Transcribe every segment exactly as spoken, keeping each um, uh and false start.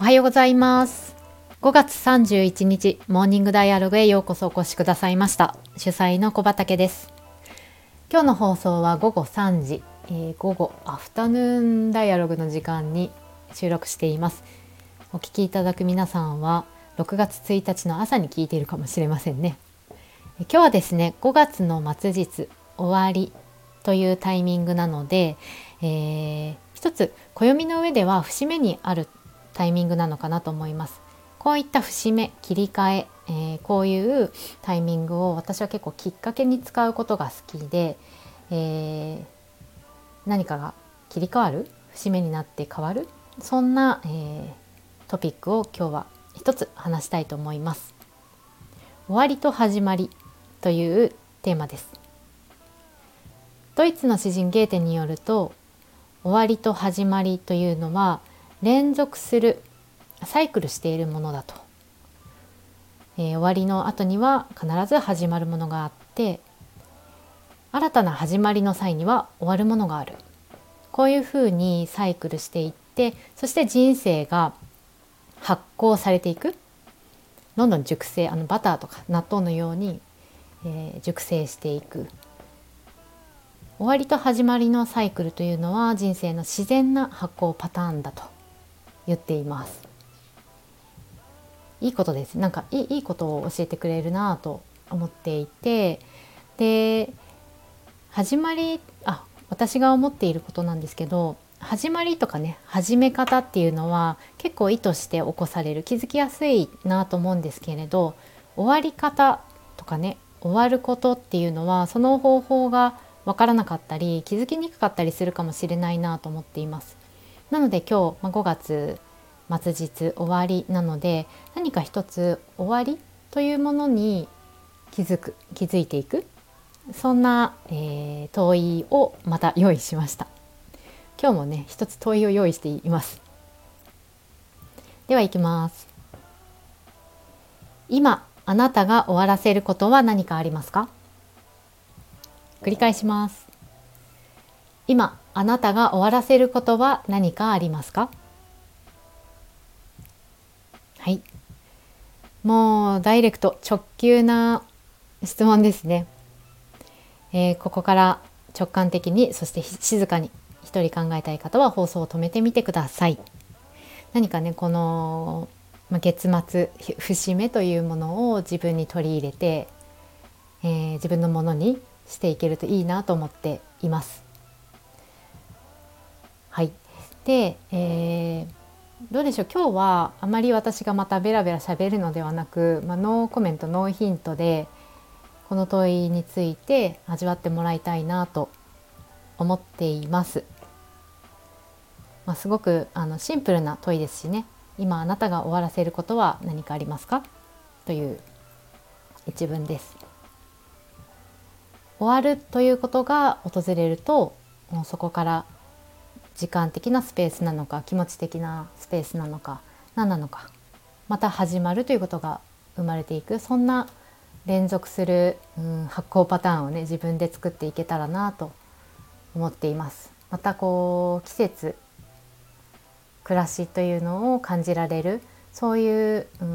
おはようございます。ごがつさんじゅういちにちモーニングダイアログへようこそお越しくださいました。主催の小畑です。今日の放送はごごさんじ、えー、午後アフタヌーンダイアログの時間に収録しています。お聞きいただく皆さんはろくがつついたちの朝に聞いているかもしれませんね。今日はですね、ごがつの末日終わりというタイミングなので、えー、一つ暦の上では節目にあるタイミングなのかなと思います。こういった節目、切り替え、えー、こういうタイミングを私は結構きっかけに使うことが好きで、えー、何かが切り替わる、節目になって変わる、そんな、えー、トピックを今日は一つ話したいと思います。終わりと始まりというテーマです。ドイツの詩人ゲーテによると、終わりと始まりというのは連続する、サイクルしているものだと、えー、終わりの後には必ず始まるものがあって、新たな始まりの際には終わるものがある。こういうふうにサイクルしていって、そして人生が発酵されていく、どんどん熟成、あのバターとか納豆のように、えー、熟成していく。終わりと始まりのサイクルというのは人生の自然な発酵パターンだと言っています。いいことです。なんかいい、いいことを教えてくれるなと思っていて、で始まりあ私が思っていることなんですけど、始まりとかね、始め方っていうのは結構意図して起こされる、気づきやすいなと思うんですけれど、終わり方とかね、終わることっていうのはその方法が分からなかったり気づきにくかったりするかもしれないなと思っています。なので今日、まあ、ごがつ末日終わりなので、何か一つ終わりというものに気づく気づいていく、そんな、えー、問いをまた用意しました。今日もね一つ問いを用意しています。では行きます。今あなたが終わらせることは何かありますか？繰り返します。今あなたが終わらせることは何かありますか？はい、もうダイレクト直球な質問ですね。えー、ここから直感的に、そして静かに一人考えたい方は放送を止めてみてください。何かね、この、まあ、月末節目というものを自分に取り入れて、えー、自分のものにしていけるといいなと思っています。はい。で、えー、どうでしょう。今日はあまり私がまたベラベラ喋るのではなく、まあ、ノーコメントノーヒントでこの問いについて味わってもらいたいなと思っています。まあ、すごくあのシンプルな問いですしね。今あなたが終わらせることは何かありますか？という一文です。終わるということが訪れると、もうそこから時間的なスペースなのか、気持ち的なスペースなのか、何なのか、また始まるということが生まれていく、そんな連続する、うん、発酵パターンをね、自分で作っていけたらなと思っています。またこう季節、暮らしというのを感じられる、そういう、うん、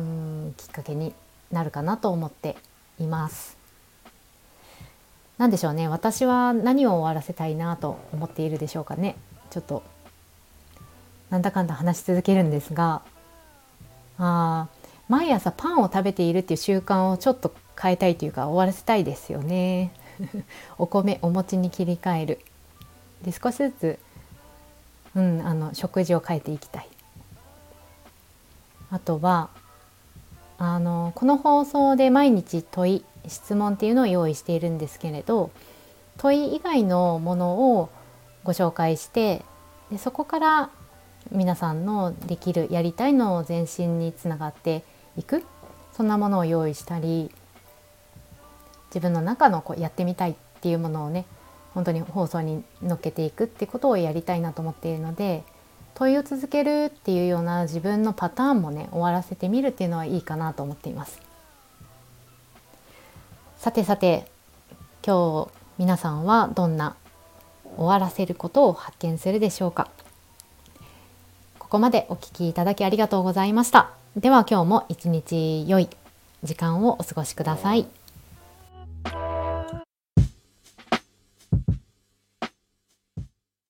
きっかけになるかなと思っています。なんでしょうね、私は何を終わらせたいなと思っているでしょうかね。ちょっとなんだかんだ話し続けるんですが、あ毎朝パンを食べているっていう習慣をちょっと変えたいというか、終わらせたいですよね。お米、お餅に切り替える。で少しずつ、うん、あの食事を変えていきたい。あとはあのこの放送で毎日問い、質問っていうのを用意しているんですけれど、問い以外のものをご紹介して、でそこから皆さんのできる、やりたいのを前進につながっていく、そんなものを用意したり、自分の中のこうやってみたいっていうものをね、本当に放送に乗っけていくってことをやりたいなと思っているので、問いを続けるっていうような自分のパターンもね、終わらせてみるっていうのはいいかなと思っています。さてさて、今日皆さんはどんな終わらせることを発見するでしょうか。ここまでお聞きいただきありがとうございました。では今日も一日良い時間をお過ごしください。